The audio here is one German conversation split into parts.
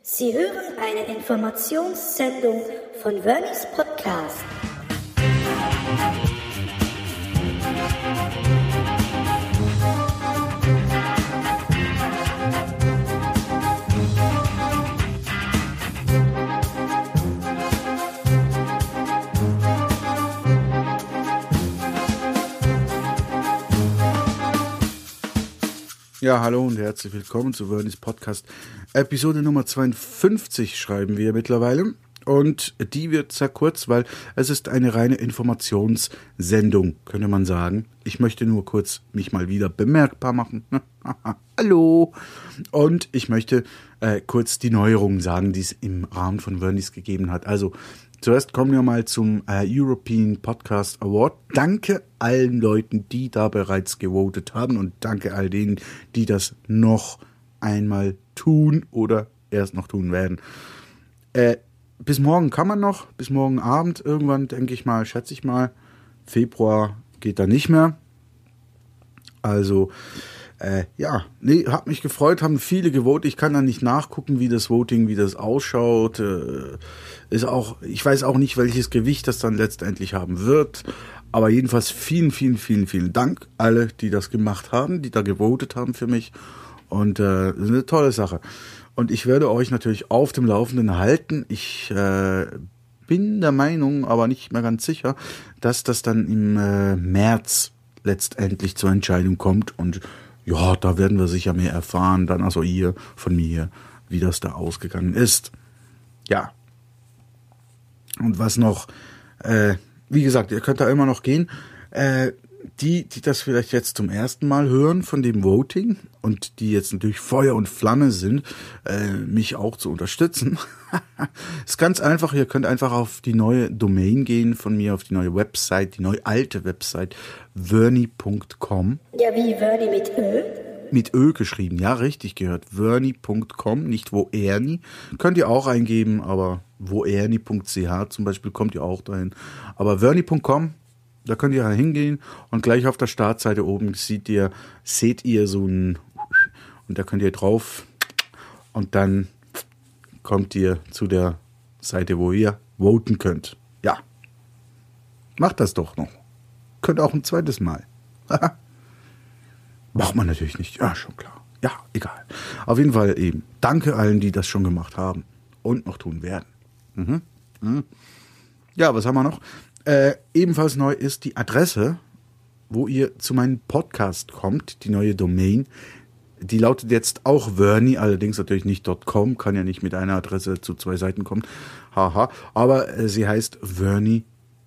Sie hören eine Informationssendung von Wernys Podcast. Ja, hallo und herzlich willkommen zu Wernys Podcast. Episode Nummer 52 schreiben wir mittlerweile. Und die wird sehr kurz, weil es ist eine reine Informationssendung, könnte man sagen. Ich möchte nur kurz mich mal wieder bemerkbar machen. Hallo! Und ich möchte kurz die Neuerungen sagen, die es im Rahmen von Wernys gegeben hat. Also, zuerst kommen wir mal zum European Podcast Award. Danke allen Leuten, die da bereits gewotet haben und danke all denen, die das noch einmal tun oder erst noch tun werden. Bis morgen kann man noch, bis morgen Abend irgendwann, denke ich mal, schätze ich mal. Februar geht da nicht mehr. Also, hat mich gefreut, haben viele gewotet. Ich kann da nicht nachgucken, wie das Voting, wie das ausschaut. Ich weiß auch nicht, welches Gewicht das dann letztendlich haben wird. Aber jedenfalls vielen, vielen, vielen, vielen Dank alle, die das gemacht haben, die da gewotet haben für mich. Und das ist eine tolle Sache. Und ich werde euch natürlich auf dem Laufenden halten. Ich bin der Meinung, aber nicht mehr ganz sicher, dass das dann im März letztendlich zur Entscheidung kommt. Und ja, da werden wir sicher mehr erfahren, dann also ihr von mir, wie das da ausgegangen ist. Ja. Und was noch, wie gesagt, ihr könnt da immer noch gehen. Die das vielleicht jetzt zum ersten Mal hören von dem Voting und die jetzt natürlich Feuer und Flamme sind, mich auch zu unterstützen. Ist ganz einfach, ihr könnt einfach auf die neue Domain gehen von mir, auf die neue Website, die neue alte Website, werny.com. Ja, wie Werny mit Ö? Mit Ö geschrieben, ja, richtig gehört. werny.com, nicht woerny. Könnt ihr auch eingeben, aber woerny.ch zum Beispiel kommt ihr auch dahin. Aber werny.com, da könnt ihr hingehen und gleich auf der Startseite oben seht ihr so ein, und da könnt ihr drauf und dann kommt ihr zu der Seite, wo ihr voten könnt. Ja, macht das doch noch. Könnt auch ein zweites Mal. Macht man natürlich nicht. Ja, schon klar. Ja, egal. Auf jeden Fall eben. Danke allen, die das schon gemacht haben und noch tun werden. Ja, was haben wir noch? Ebenfalls neu ist die Adresse, wo ihr zu meinem Podcast kommt, die neue Domain. Die lautet jetzt auch Werny, allerdings natürlich nicht .com, kann ja nicht mit einer Adresse zu zwei Seiten kommen. Haha, aber sie heißt werny.li.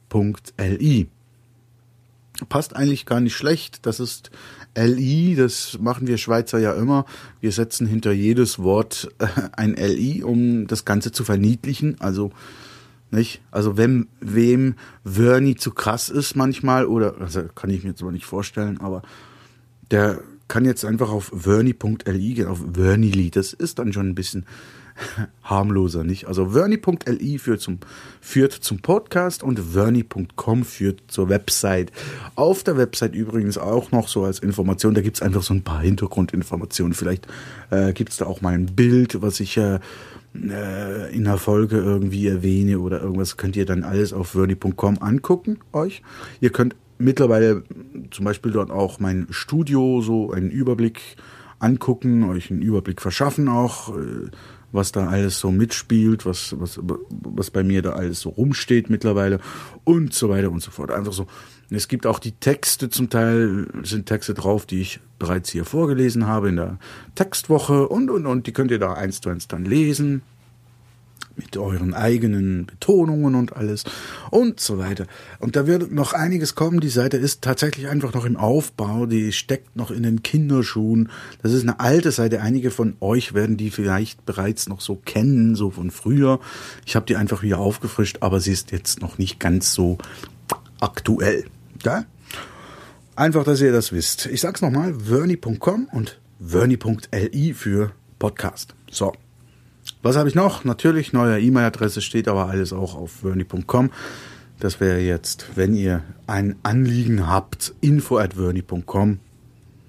Passt eigentlich gar nicht schlecht, das ist LI, das machen wir Schweizer ja immer. Wir setzen hinter jedes Wort ein LI, um das Ganze zu verniedlichen, also nicht? Also wem Werny zu krass ist manchmal, oder also kann ich mir jetzt aber nicht vorstellen, aber der kann jetzt einfach auf werny.li gehen, auf Wernily. Das ist dann schon ein bisschen harmloser, nicht? Also werny.li führt zum Podcast und werny.com führt zur Website. Auf der Website übrigens auch noch so als Information, da gibt's einfach so ein paar Hintergrundinformationen. Vielleicht gibt's da auch mal ein Bild, was ich in der Folge irgendwie erwähne oder irgendwas, könnt ihr dann alles auf werny.com angucken euch. Ihr könnt mittlerweile zum Beispiel dort auch mein Studio, so einen Überblick angucken, euch einen Überblick verschaffen auch, was da alles so mitspielt, was bei mir da alles so rumsteht mittlerweile und so weiter und so fort. Einfach so. Es gibt auch die Texte, zum Teil sind Texte drauf, die ich bereits hier vorgelesen habe in der Textwoche und die könnt ihr da 1:1 dann lesen. Mit euren eigenen Betonungen und alles und so weiter. Und da wird noch einiges kommen. Die Seite ist tatsächlich einfach noch im Aufbau. Die steckt noch in den Kinderschuhen. Das ist eine alte Seite. Einige von euch werden die vielleicht bereits noch so kennen, so von früher. Ich habe die einfach wieder aufgefrischt, aber sie ist jetzt noch nicht ganz so aktuell. Ja? Einfach, dass ihr das wisst. Ich sag's nochmal, werny.com und werny.li für Podcast. So. Was habe ich noch? Natürlich, neue E-Mail-Adresse steht aber alles auch auf werny.com. Das wäre jetzt, wenn ihr ein Anliegen habt, info@werny.com.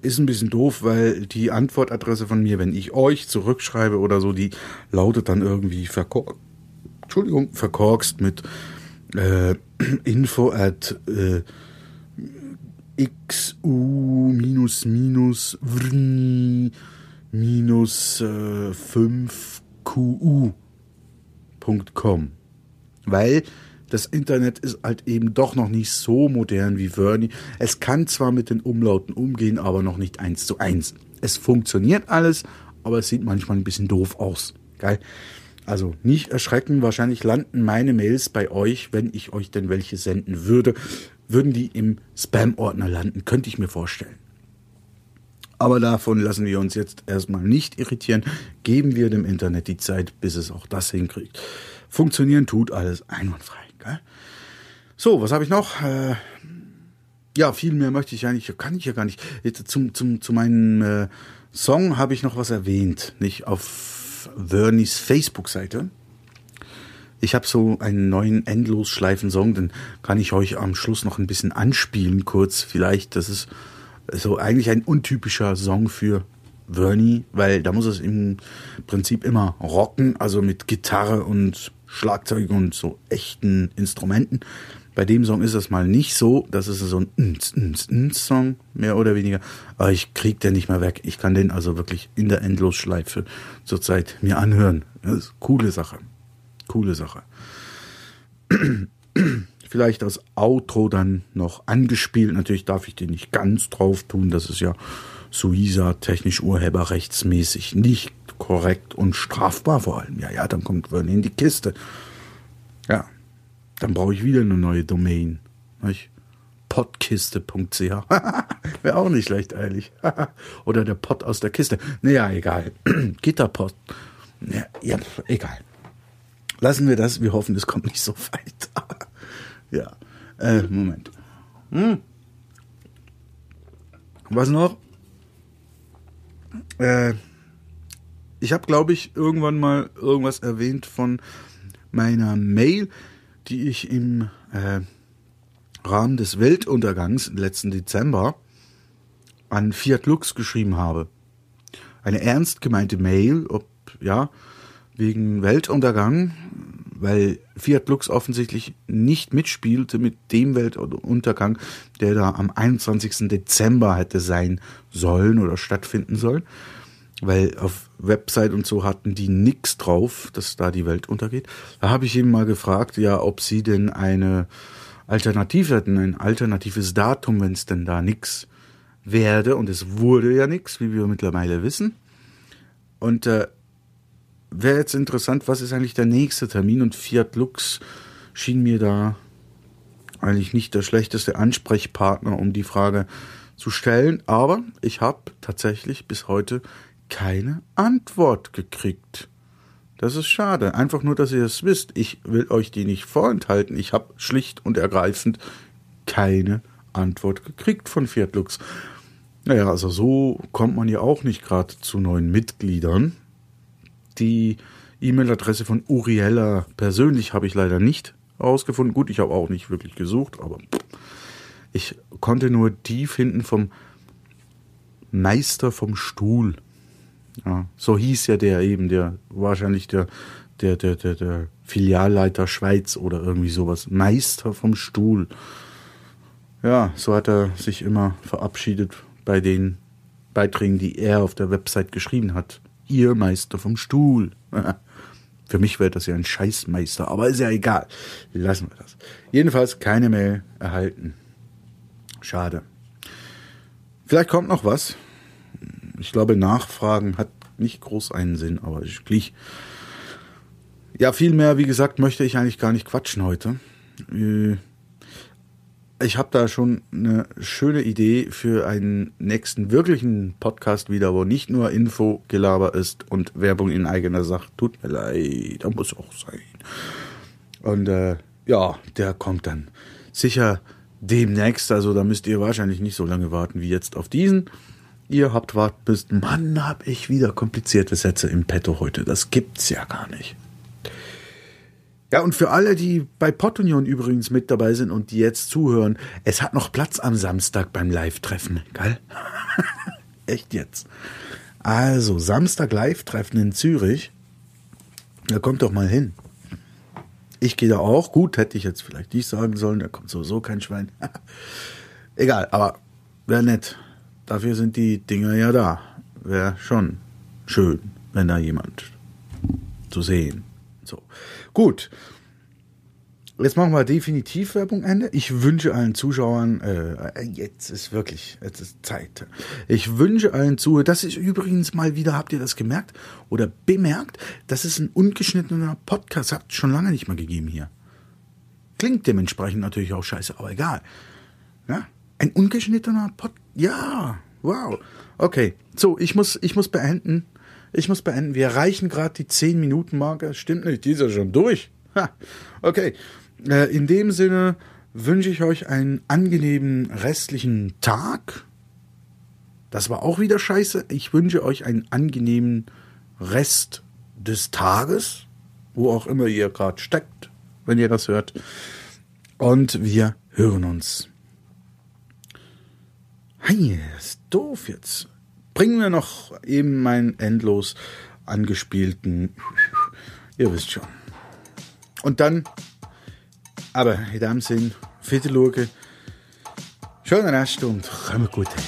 Ist ein bisschen doof, weil die Antwortadresse von mir, wenn ich euch zurückschreibe oder so, die lautet dann irgendwie verkorkst mit info at xu-vrni-5qu.com. Weil das Internet ist halt eben doch noch nicht so modern wie Wörni. Es kann zwar mit den Umlauten umgehen, aber noch nicht 1:1. Es funktioniert alles, aber es sieht manchmal ein bisschen doof aus. Geil? Also nicht erschrecken, wahrscheinlich landen meine Mails bei euch, wenn ich euch denn welche senden würde, würden die im Spam-Ordner landen, könnte ich mir vorstellen. Aber davon lassen wir uns jetzt erstmal nicht irritieren. Geben wir dem Internet die Zeit, bis es auch das hinkriegt. Funktionieren tut alles einwandfrei. Gell? So, was habe ich noch? Ja, viel mehr möchte ich eigentlich, kann ich ja gar nicht. Jetzt zu meinem Song habe ich noch was erwähnt, nicht auf Wörnis Facebook-Seite. Ich habe so einen neuen Endlosschleifen-Song, den kann ich euch am Schluss noch ein bisschen anspielen, kurz vielleicht. Das ist so eigentlich ein untypischer Song für Wörni, weil da muss es im Prinzip immer rocken, also mit Gitarre und Schlagzeug und so echten Instrumenten. Bei dem Song ist das mal nicht so. Das ist so ein Song, mehr oder weniger. Aber ich krieg den nicht mehr weg. Ich kann den also wirklich in der Endlosschleife zurzeit mir anhören. Das ist coole Sache. Coole Sache. Vielleicht als Outro dann noch angespielt. Natürlich darf ich den nicht ganz drauf tun. Das ist ja Suiza technisch urheberrechtsmäßig nicht korrekt und strafbar vor allem. Ja, dann kommt Wörni in die Kiste. Ja. Dann brauche ich wieder eine neue Domain. Podkiste.ch. Wäre auch nicht schlecht eigentlich. Oder der Pott aus der Kiste. Naja, egal. Gitterpott. Ja, egal. Lassen wir das. Wir hoffen, es kommt nicht so weit. Ja. Moment. Was noch? Ich habe, glaube ich, irgendwann mal irgendwas erwähnt von meiner Mail, die ich im Rahmen des Weltuntergangs letzten Dezember an Fiat Lux geschrieben habe. Eine ernst gemeinte Mail, wegen Weltuntergang, weil Fiat Lux offensichtlich nicht mitspielte mit dem Weltuntergang, der da am 21. Dezember hätte sein sollen oder stattfinden sollen. Weil auf Website und so hatten die nix drauf, dass da die Welt untergeht. Da habe ich ihn mal gefragt, ob sie denn eine Alternative hätten, ein alternatives Datum, wenn es denn da nix werde. Und es wurde ja nix, wie wir mittlerweile wissen. Und wäre jetzt interessant, was ist eigentlich der nächste Termin? Und Fiat Lux schien mir da eigentlich nicht der schlechteste Ansprechpartner, um die Frage zu stellen. Aber ich habe tatsächlich bis heute keine Antwort gekriegt. Das ist schade. Einfach nur, dass ihr es wisst. Ich will euch die nicht vorenthalten. Ich habe schlicht und ergreifend keine Antwort gekriegt von Fiat Lux. Naja, also so kommt man ja auch nicht gerade zu neuen Mitgliedern. Die E-Mail-Adresse von Uriella persönlich habe ich leider nicht herausgefunden. Gut, ich habe auch nicht wirklich gesucht, aber ich konnte nur die finden vom Meister vom Stuhl. Ja, so hieß ja der wahrscheinlich der Filialleiter Schweiz oder irgendwie sowas. Meister vom Stuhl. Ja, so hat er sich immer verabschiedet bei den Beiträgen, die er auf der Website geschrieben hat. Ihr Meister vom Stuhl. Für mich wäre das ja ein Scheißmeister, aber ist ja egal. Lassen wir das. Jedenfalls keine Mail erhalten. Schade. Vielleicht kommt noch was. Ich glaube, Nachfragen hat nicht groß einen Sinn, aber viel mehr, wie gesagt, möchte ich eigentlich gar nicht quatschen heute. Ich habe da schon eine schöne Idee für einen nächsten wirklichen Podcast wieder, wo nicht nur Infogelaber ist und Werbung in eigener Sache. Tut mir leid, da muss auch sein. Und der kommt dann sicher demnächst. Also da müsst ihr wahrscheinlich nicht so lange warten wie jetzt auf diesen. Ihr habt warten müssen. Mann, hab ich wieder komplizierte Sätze im Petto heute. Das gibt's ja gar nicht. Ja, und für alle, die bei Pottunion übrigens mit dabei sind und die jetzt zuhören, es hat noch Platz am Samstag beim Live-Treffen, geil? Echt jetzt. Also, Samstag Live-Treffen in Zürich. Da kommt doch mal hin. Ich gehe da auch. Gut, hätte ich jetzt vielleicht nicht sagen sollen, da kommt sowieso kein Schwein. Egal, aber wäre nett. Dafür sind die Dinger ja da. Wäre schon schön, wenn da jemand zu sehen. So, gut. Jetzt machen wir definitiv Werbung Ende. Ich wünsche allen Zuschauern, jetzt ist Zeit. Ich wünsche allen Zuhörern, das ist übrigens mal wieder, habt ihr das gemerkt oder bemerkt, das ist ein ungeschnittener Podcast, hat es schon lange nicht mehr gegeben hier. Klingt dementsprechend natürlich auch scheiße, aber egal. Ja, ein ungeschnittener Podcast, ja, wow. Okay, so, ich muss beenden. Wir erreichen gerade die 10-Minuten-Marke. Stimmt nicht, die ist ja schon durch. Ha, okay. In dem Sinne wünsche ich euch einen angenehmen restlichen Tag. Das war auch wieder scheiße. Ich wünsche euch einen angenehmen Rest des Tages, wo auch immer ihr gerade steckt, wenn ihr das hört. Und wir hören uns. Hey, ist doof jetzt. Bringen wir noch eben meinen endlos angespielten, ihr wisst schon. Und dann, aber in dem Sinn, bitte schauen, schönen Rest und kommt gut hin.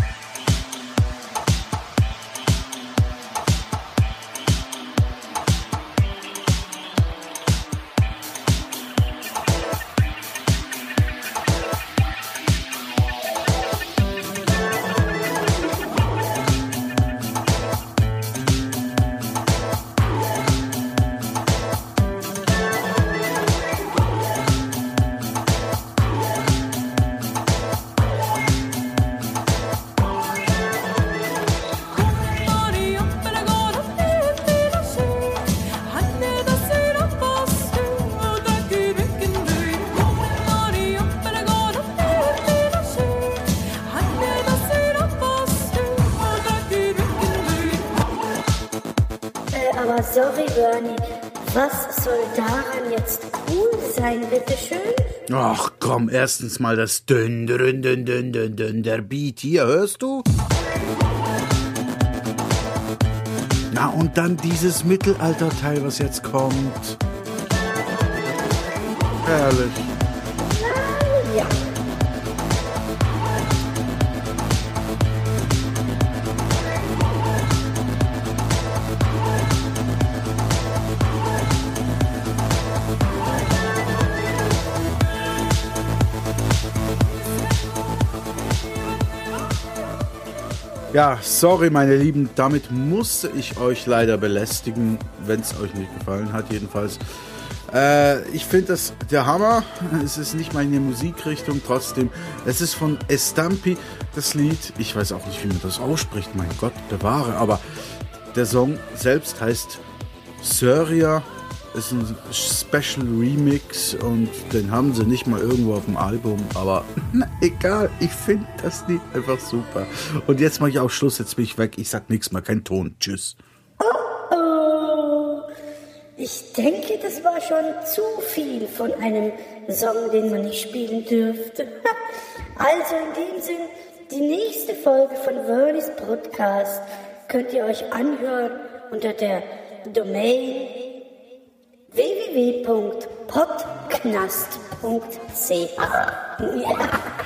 Aber sorry, Bernie, was soll daran jetzt cool sein, bitteschön? Ach komm, erstens mal das Dünn, der Beat hier, hörst du? Na und dann dieses Mittelalterteil, was jetzt kommt. Herrlich. Ja. Ja, sorry meine Lieben, damit musste ich euch leider belästigen, wenn es euch nicht gefallen hat jedenfalls. Ich finde das der Hammer, es ist nicht meine Musikrichtung, trotzdem, es ist von Estampi, das Lied, ich weiß auch nicht, wie man das ausspricht, mein Gott, bewahre, aber der Song selbst heißt Surya, ist ein Special Remix und den haben sie nicht mal irgendwo auf dem Album, aber na, egal, ich finde das Lied einfach super. Und jetzt mache ich auch Schluss, jetzt bin ich weg, ich sag nichts mehr, kein Ton, tschüss. Oh, ich denke, das war schon zu viel von einem Song, den man nicht spielen dürfte. Also in dem Sinn, die nächste Folge von Vernis Podcast könnt ihr euch anhören unter der Domain www.podknast.ch. Ja.